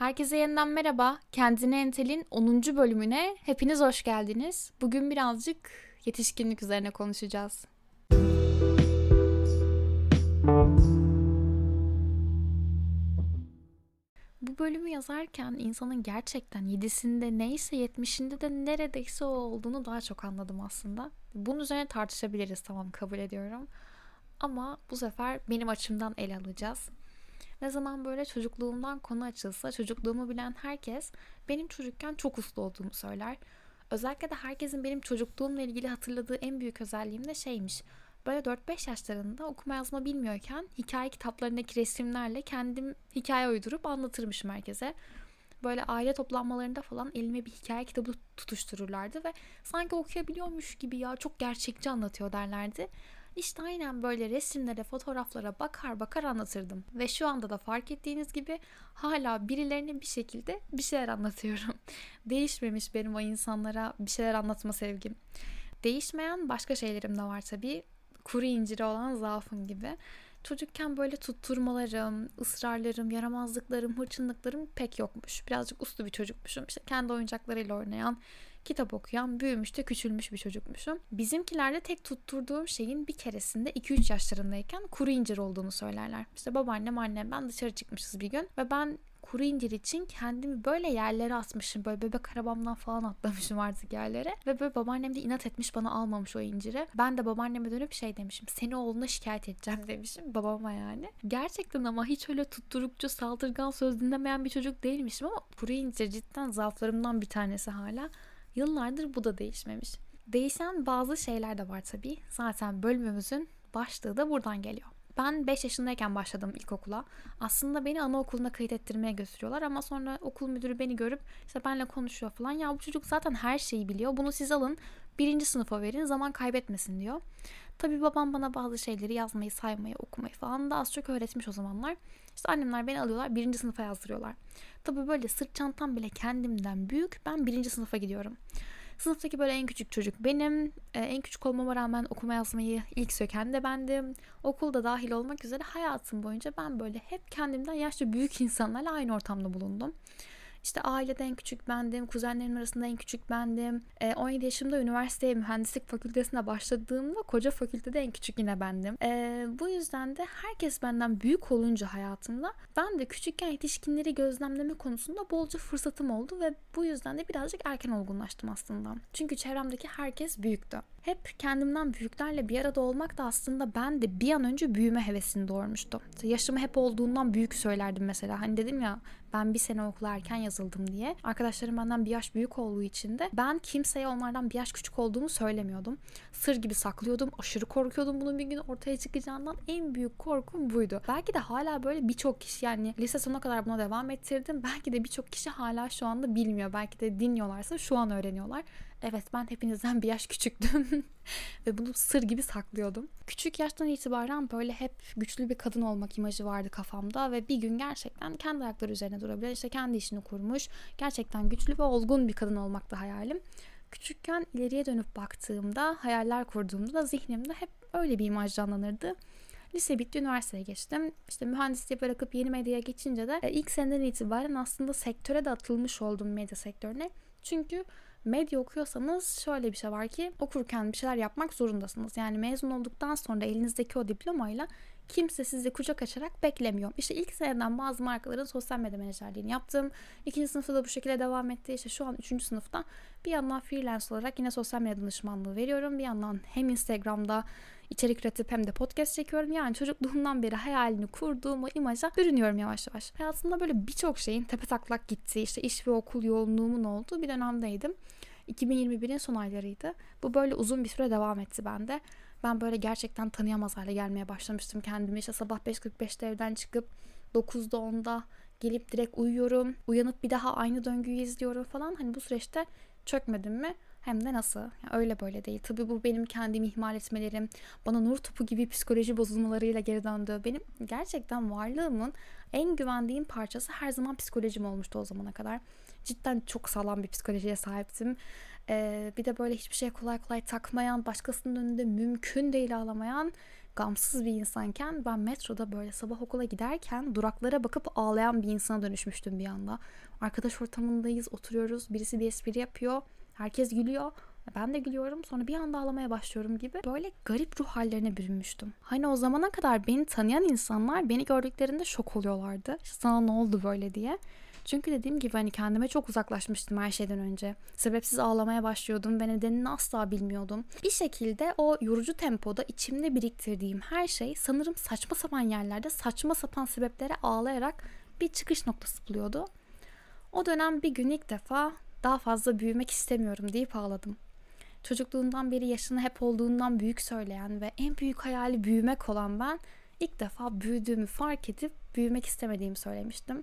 Herkese yeniden merhaba. Kendine Entel'in 10. bölümüne hepiniz hoş geldiniz. Bugün birazcık yetişkinlik üzerine konuşacağız. Bu bölümü yazarken insanın gerçekten 7'sinde neyse 70'inde de neredeyse o olduğunu daha çok anladım aslında. Bunun üzerine tartışabiliriz, tamam, kabul ediyorum. Ama bu sefer benim açımdan ele alacağız. Ne zaman böyle çocukluğumdan konu açılsa çocukluğumu bilen herkes benim çocukken çok uslu olduğumu söyler. Özellikle de herkesin benim çocukluğumla ilgili hatırladığı en büyük özelliğim de şeymiş. Böyle 4-5 yaşlarında okuma yazma bilmiyorken hikaye kitaplarındaki resimlerle kendim hikaye uydurup anlatırmışım herkese. Böyle aile toplanmalarında falan elime bir hikaye kitabı tutuştururlardı ve sanki okuyabiliyormuş gibi ya çok gerçekçi anlatıyor derlerdi. İşte aynen böyle resimlere, fotoğraflara bakar bakar anlatırdım. Ve şu anda da fark ettiğiniz gibi hala birilerine bir şekilde bir şeyler anlatıyorum. Değişmemiş benim o insanlara bir şeyler anlatma sevgim. Değişmeyen başka şeylerim de var tabii. Kuru inciri olan zaafım gibi. Çocukken böyle tutturmalarım, ısrarlarım, yaramazlıklarım, hırçınlıklarım pek yokmuş. Birazcık uslu bir çocukmuşum. İşte kendi oyuncaklarıyla oynayan, kitap okuyan, büyümüş de küçülmüş bir çocukmuşum. Bizimkilerde tek tutturduğum şeyin bir keresinde 2-3 yaşlarındayken kuru incir olduğunu söylerler. İşte babaannem, annem, ben dışarı çıkmışız bir gün ve ben kuru incir için kendimi böyle yerlere atmışım. Böyle bebek arabamdan falan atlamışım artık yerlere. Ve böyle babaannem de inat etmiş, bana almamış o inciri. Ben de babaanneme dönüp şey demişim. Seni oğluna şikayet edeceğim demişim. Babama yani. Gerçekten ama hiç öyle tutturukçu, saldırgan, söz dinlemeyen bir çocuk değilmişim ama kuru incir cidden zaaflarımdan bir tanesi hala. Yıllardır bu da değişmemiş. Değişen bazı şeyler de var tabii. Zaten bölümümüzün başlığı da buradan geliyor. Ben 5 yaşındayken başladım ilkokula. Aslında beni anaokuluna kayıt ettirmeye götürüyorlar ama sonra okul müdürü beni görüp işte benimle konuşuyor falan. Ya bu çocuk zaten her şeyi biliyor. Bunu siz alın, birinci sınıfa verin, zaman kaybetmesin diyor. Tabii babam bana bazı şeyleri yazmayı, saymayı, okumayı falan da az çok öğretmiş o zamanlar. İşte annemler beni alıyorlar, birinci sınıfa yazdırıyorlar. Tabii böyle sırt çantam bile kendimden büyük. Ben birinci sınıfa gidiyorum. Sınıftaki böyle en küçük çocuk benim. En küçük olmama rağmen okuma yazmayı ilk söken de bendim. Okulda dahil olmak üzere hayatım boyunca ben böyle hep kendimden yaşça büyük insanlarla aynı ortamda bulundum. İşte ailede en küçük bendim, kuzenlerim arasında en küçük bendim. 17 yaşımda üniversiteye mühendislik fakültesine başladığımda koca fakültede en küçük yine bendim. Bu yüzden de herkes benden büyük olunca hayatımda ben de küçükken yetişkinleri gözlemleme konusunda bolca fırsatım oldu ve bu yüzden de birazcık erken olgunlaştım aslında. Çünkü çevremdeki herkes büyüktü. Hep kendimden büyüklerle bir arada olmak da aslında ben de bir an önce büyüme hevesini doğurmuştu. İşte yaşımı hep olduğundan büyük söylerdim mesela. Hani dedim ya, ben bir sene okula erken yazıldım diye. Arkadaşlarım benden bir yaş büyük olduğu için de ben kimseye onlardan bir yaş küçük olduğumu söylemiyordum. Sır gibi saklıyordum. Aşırı korkuyordum bunun bir gün ortaya çıkacağından. En büyük korkum buydu. Belki de hala böyle birçok kişi, yani lise sonuna kadar buna devam ettirdim. Belki de birçok kişi hala şu anda bilmiyor. Belki de dinliyorlarsa şu an öğreniyorlar. Evet, ben hepinizden bir yaş küçüktüm ve bunu sır gibi saklıyordum. Küçük yaştan itibaren böyle hep güçlü bir kadın olmak imajı vardı kafamda ve bir gün gerçekten kendi ayakları üzerine durabilen, işte kendi işini kurmuş, gerçekten güçlü ve olgun bir kadın olmaktı hayalim. Küçükken ileriye dönüp baktığımda, hayaller kurduğumda da zihnimde hep öyle bir imaj canlanırdı. Lise bitti, üniversiteye geçtim. İşte mühendisliği bırakıp yeni medyaya geçince de ilk seneden itibaren aslında sektöre de atılmış oldum, medya sektörüne. Çünkü medya okuyorsanız şöyle bir şey var ki okurken bir şeyler yapmak zorundasınız. Yani mezun olduktan sonra elinizdeki o diplomayla kimse sizi kucak açarak beklemiyor. İşte ilk seneden bazı markaların sosyal medya menajerliğini yaptım. İkinci sınıfta da bu şekilde devam etti. İşte şu an üçüncü sınıfta bir yandan freelance olarak yine sosyal medya danışmanlığı veriyorum. Bir yandan hem Instagram'da içerik üretip hem de podcast çekiyorum. Yani çocukluğumdan beri hayalini kurduğum o imaja bürünüyorum yavaş yavaş. Hayatımda böyle birçok şeyin tepetaklak gittiği, işte iş ve okul yoğunluğumun olduğu bir dönemdeydim. 2021'in son aylarıydı. Bu böyle uzun bir süre devam etti bende. Ben böyle gerçekten tanıyamaz hale gelmeye başlamıştım kendimi. İşte sabah 5.45'te evden çıkıp 9'da 10'da gelip direkt uyuyorum. Uyanıp bir daha aynı döngüyü izliyorum falan. Hani bu süreçte çökmedim mi? Hem de nasıl? Yani öyle böyle değil. Tabii bu benim kendimi ihmal etmelerim, bana nur topu gibi psikoloji bozulmalarıyla geri döndü. Benim gerçekten varlığımın en güvendiğim parçası her zaman psikolojim olmuştu o zamana kadar. Cidden çok sağlam bir psikolojiye sahiptim. Bir de böyle hiçbir şey kolay kolay takmayan, başkasının önünde mümkün değil ağlamayan, gamsız bir insanken ben metroda böyle sabah okula giderken duraklara bakıp ağlayan bir insana dönüşmüştüm bir anda. Arkadaş ortamındayız, oturuyoruz, birisi bir espri yapıyor, herkes gülüyor. Ben de gülüyorum, sonra bir anda ağlamaya başlıyorum gibi böyle garip ruh hallerine bürünmüştüm. Hani o zamana kadar beni tanıyan insanlar beni gördüklerinde şok oluyorlardı. İşte sana ne oldu böyle diye. Çünkü dediğim gibi hani kendime çok uzaklaşmıştım her şeyden önce. Sebepsiz ağlamaya başlıyordum ve nedenini asla bilmiyordum. Bir şekilde o yorucu tempoda içimde biriktirdiğim her şey sanırım saçma sapan yerlerde saçma sapan sebeplere ağlayarak bir çıkış noktası buluyordu. O dönem bir gün ilk defa daha fazla büyümek istemiyorum deyip ağladım. Çocukluğundan beri yaşını hep olduğundan büyük söyleyen ve en büyük hayali büyümek olan ben ilk defa büyüdüğümü fark edip büyümek istemediğimi söylemiştim.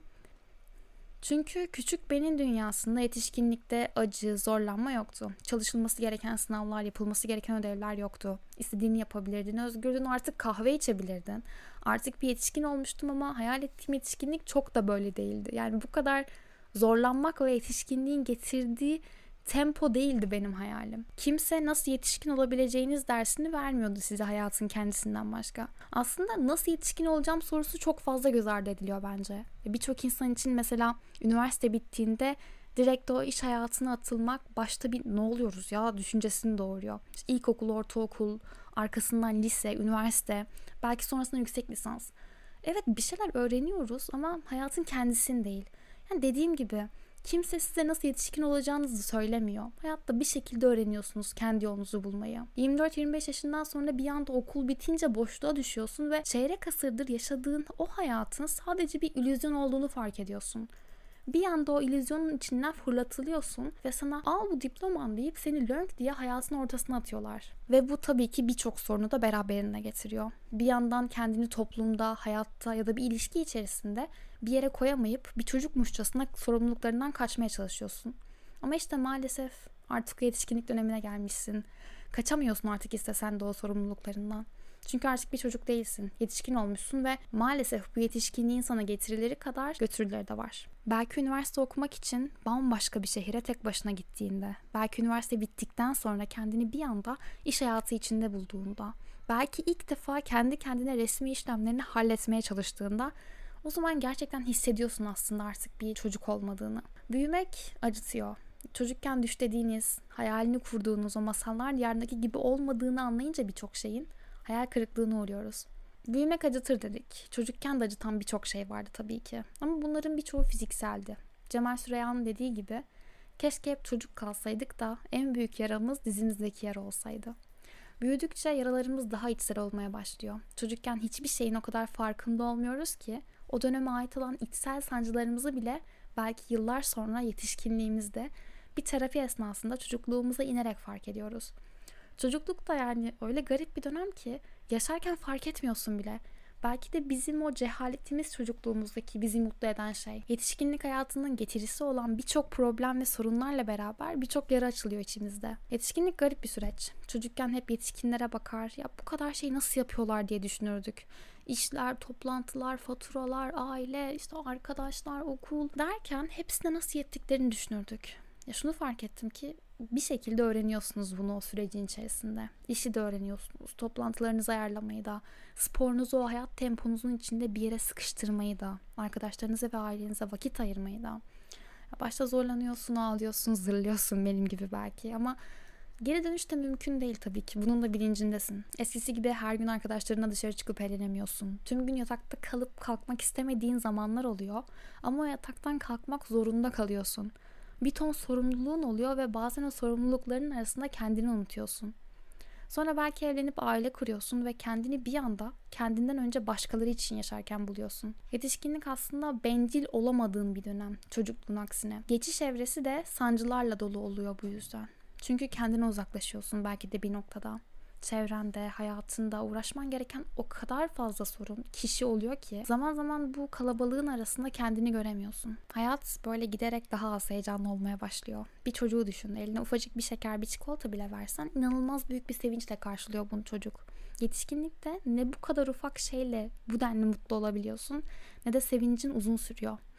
Çünkü küçük benim dünyasında yetişkinlikte acı, zorlanma yoktu. Çalışılması gereken sınavlar, yapılması gereken ödevler yoktu. İstediğini yapabilirdin, özgürdün, artık kahve içebilirdin. Artık bir yetişkin olmuştum ama hayal ettiğim yetişkinlik çok da böyle değildi. Yani bu kadar zorlanmak ve yetişkinliğin getirdiği tempo değildi benim hayalim. Kimse nasıl yetişkin olabileceğiniz dersini vermiyordu size hayatın kendisinden başka. Aslında nasıl yetişkin olacağım sorusu çok fazla göz ardı ediliyor bence. Birçok insan için mesela üniversite bittiğinde direkt o iş hayatına atılmak başta bir ne oluyoruz ya düşüncesini doğuruyor. İşte ilkokul, ortaokul, arkasından lise, üniversite, belki sonrasında yüksek lisans. Evet bir şeyler öğreniyoruz ama hayatın kendisini değil. Yani dediğim gibi kimse size nasıl yetişkin olacağınızı söylemiyor. Hayatta bir şekilde öğreniyorsunuz kendi yolunuzu bulmayı. 24-25 yaşından sonra bir anda okul bitince boşluğa düşüyorsun ve çeyrek asırdır yaşadığın o hayatın sadece bir illüzyon olduğunu fark ediyorsun. Bir anda o illüzyonun içinden fırlatılıyorsun ve sana al bu diploman deyip seni lönk diye hayatın ortasına atıyorlar. Ve bu tabii ki birçok sorunu da beraberinde getiriyor. Bir yandan kendini toplumda, hayatta ya da bir ilişki içerisinde bir yere koyamayıp bir çocukmuşçasına sorumluluklarından kaçmaya çalışıyorsun. Ama işte maalesef artık yetişkinlik dönemine gelmişsin. Kaçamıyorsun artık istesen de o sorumluluklarından. Çünkü artık bir çocuk değilsin. Yetişkin olmuşsun ve maalesef bu yetişkinliğin sana getirileri kadar götürüleri de var. Belki üniversite okumak için bambaşka bir şehire tek başına gittiğinde, belki üniversite bittikten sonra kendini bir anda iş hayatı içinde bulduğunda, belki ilk defa kendi kendine resmi işlemlerini halletmeye çalıştığında, o zaman gerçekten hissediyorsun aslında artık bir çocuk olmadığını. Büyümek acıtıyor. Çocukken düşlediğiniz, hayalini kurduğunuz o masallar diyarındaki gibi olmadığını anlayınca birçok şeyin hayal kırıklığına uğruyoruz. Büyümek acıtır dedik. Çocukken de acıtan birçok şey vardı tabii ki. Ama bunların birçoğu fizikseldi. Cemal Süreyya'nın dediği gibi keşke hep çocuk kalsaydık da en büyük yaramız dizimizdeki yara olsaydı. Büyüdükçe yaralarımız daha içsel olmaya başlıyor. Çocukken hiçbir şeyin o kadar farkında olmuyoruz ki o döneme ait olan içsel sancılarımızı bile belki yıllar sonra yetişkinliğimizde bir terapi esnasında çocukluğumuza inerek fark ediyoruz. Çocukluk da yani öyle garip bir dönem ki yaşarken fark etmiyorsun bile. Belki de bizim o cehaletimiz çocukluğumuzdaki bizi mutlu eden şey. Yetişkinlik hayatının getirisi olan birçok problem ve sorunlarla beraber birçok yara açılıyor içimizde. Yetişkinlik garip bir süreç. Çocukken hep yetişkinlere bakar, ya bu kadar şeyi nasıl yapıyorlar diye düşünürdük. İşler, toplantılar, faturalar, aile, işte arkadaşlar, okul derken hepsine nasıl yettiklerini düşünürdük. Ya şunu fark ettim ki bir şekilde öğreniyorsunuz bunu o sürecin içerisinde. İşi de öğreniyorsunuz. Toplantılarınızı ayarlamayı da, sporunuzu o hayat temponuzun içinde bir yere sıkıştırmayı da, arkadaşlarınıza ve ailenize vakit ayırmayı da. Başta zorlanıyorsun, ağlıyorsun, zırlıyorsun benim gibi belki ama geri dönüş de mümkün değil tabii ki. Bunun da bilincindesin. Eskisi gibi her gün arkadaşlarına dışarı çıkıp eğlenemiyorsun. Tüm gün yatakta kalıp kalkmak istemediğin zamanlar oluyor. Ama o yataktan kalkmak zorunda kalıyorsun. Bir ton sorumluluğun oluyor ve bazen o sorumlulukların arasında kendini unutuyorsun. Sonra belki evlenip aile kuruyorsun ve kendini bir anda kendinden önce başkaları için yaşarken buluyorsun. Yetişkinlik aslında bencil olamadığın bir dönem, çocukluğun aksine. Geçiş evresi de sancılarla dolu oluyor bu yüzden. Çünkü kendine uzaklaşıyorsun belki de bir noktada. Çevrende, hayatında uğraşman gereken o kadar fazla sorun, kişi oluyor ki zaman zaman bu kalabalığın arasında kendini göremiyorsun. Hayat böyle giderek daha az heyecanlı olmaya başlıyor. Bir çocuğu düşün, eline ufacık bir şeker, bir çikolata bile versen inanılmaz büyük bir sevinçle karşılıyor bunu çocuk. Yetişkinlikte ne bu kadar ufak şeyle bu denli mutlu olabiliyorsun ne de sevincin uzun sürüyor.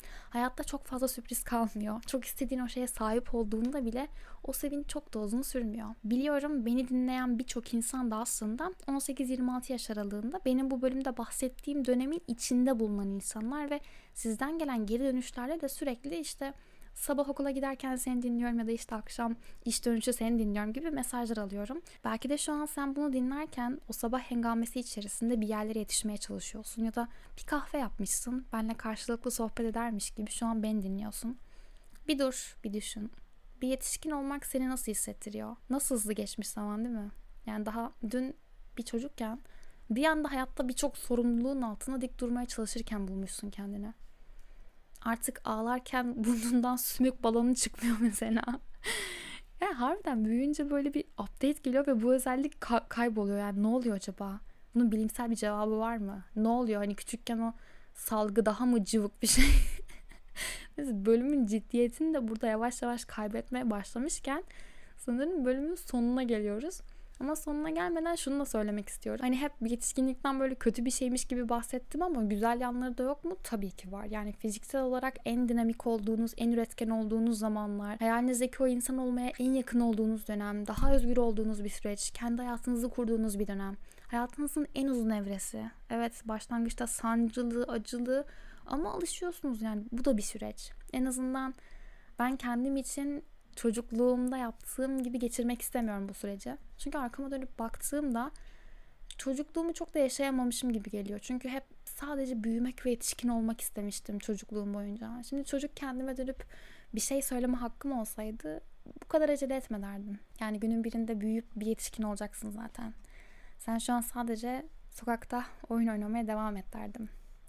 Hayatta çok fazla sürpriz kalmıyor. Çok istediğin o şeye sahip olduğunda bile o sevinç çok da uzun sürmüyor. Biliyorum beni dinleyen birçok insan da aslında 18-26 yaş aralığında benim bu bölümde bahsettiğim dönemin içinde bulunan insanlar ve sizden gelen geri dönüşlerle de sürekli işte sabah okula giderken seni dinliyorum ya da işte akşam iş dönüşü seni dinliyorum gibi mesajlar alıyorum. Belki de şu an sen bunu dinlerken o sabah hengamesi içerisinde bir yerlere yetişmeye çalışıyorsun ya da bir kahve yapmışsın. Benle karşılıklı sohbet edermiş gibi şu an beni dinliyorsun. Bir dur, bir düşün. Bir yetişkin olmak seni nasıl hissettiriyor? Nasıl hızlı geçmiş zaman, değil mi? Yani daha dün bir çocukken bir anda hayatta birçok sorumluluğun altına dik durmaya çalışırken bulmuşsun kendini. Artık ağlarken burnundan sümük balonu çıkmıyor mesela. Yani harbiden büyüyünce böyle bir update geliyor ve bu özellik kayboluyor. Yani ne oluyor acaba? Bunun bilimsel bir cevabı var mı? Ne oluyor? Hani küçükken o salgı daha mı cıvık bir şey? Neyse, bölümün ciddiyetini de burada yavaş yavaş kaybetmeye başlamışken sanırım bölümün sonuna geliyoruz. Ama sonuna gelmeden şunu da söylemek istiyorum. Hani hep yetişkinlikten böyle kötü bir şeymiş gibi bahsettim ama güzel yanları da yok mu? Tabii ki var. Yani fiziksel olarak en dinamik olduğunuz, en üretken olduğunuz zamanlar, hayalinizdeki o insan olmaya en yakın olduğunuz dönem, daha özgür olduğunuz bir süreç, kendi hayatınızı kurduğunuz bir dönem. Hayatınızın en uzun evresi. Evet, başlangıçta sancılı, acılı ama alışıyorsunuz yani. Bu da bir süreç. En azından ben kendim için çocukluğumda yaptığım gibi geçirmek istemiyorum bu süreci. Çünkü arkama dönüp baktığımda çocukluğumu çok da yaşayamamışım gibi geliyor. Çünkü hep sadece büyümek ve yetişkin olmak istemiştim çocukluğum boyunca. Şimdi çocuk kendime dönüp bir şey söyleme hakkım olsaydı bu kadar acele etme derdim. Yani günün birinde büyüyüp bir yetişkin olacaksın zaten. Sen şu an sadece sokakta oyun oynamaya devam et derdim.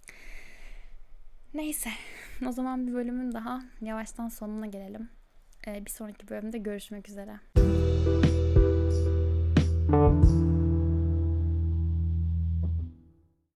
Neyse, o zaman bir bölümün daha yavaştan sonuna gelelim. Bir sonraki bölümde görüşmek üzere.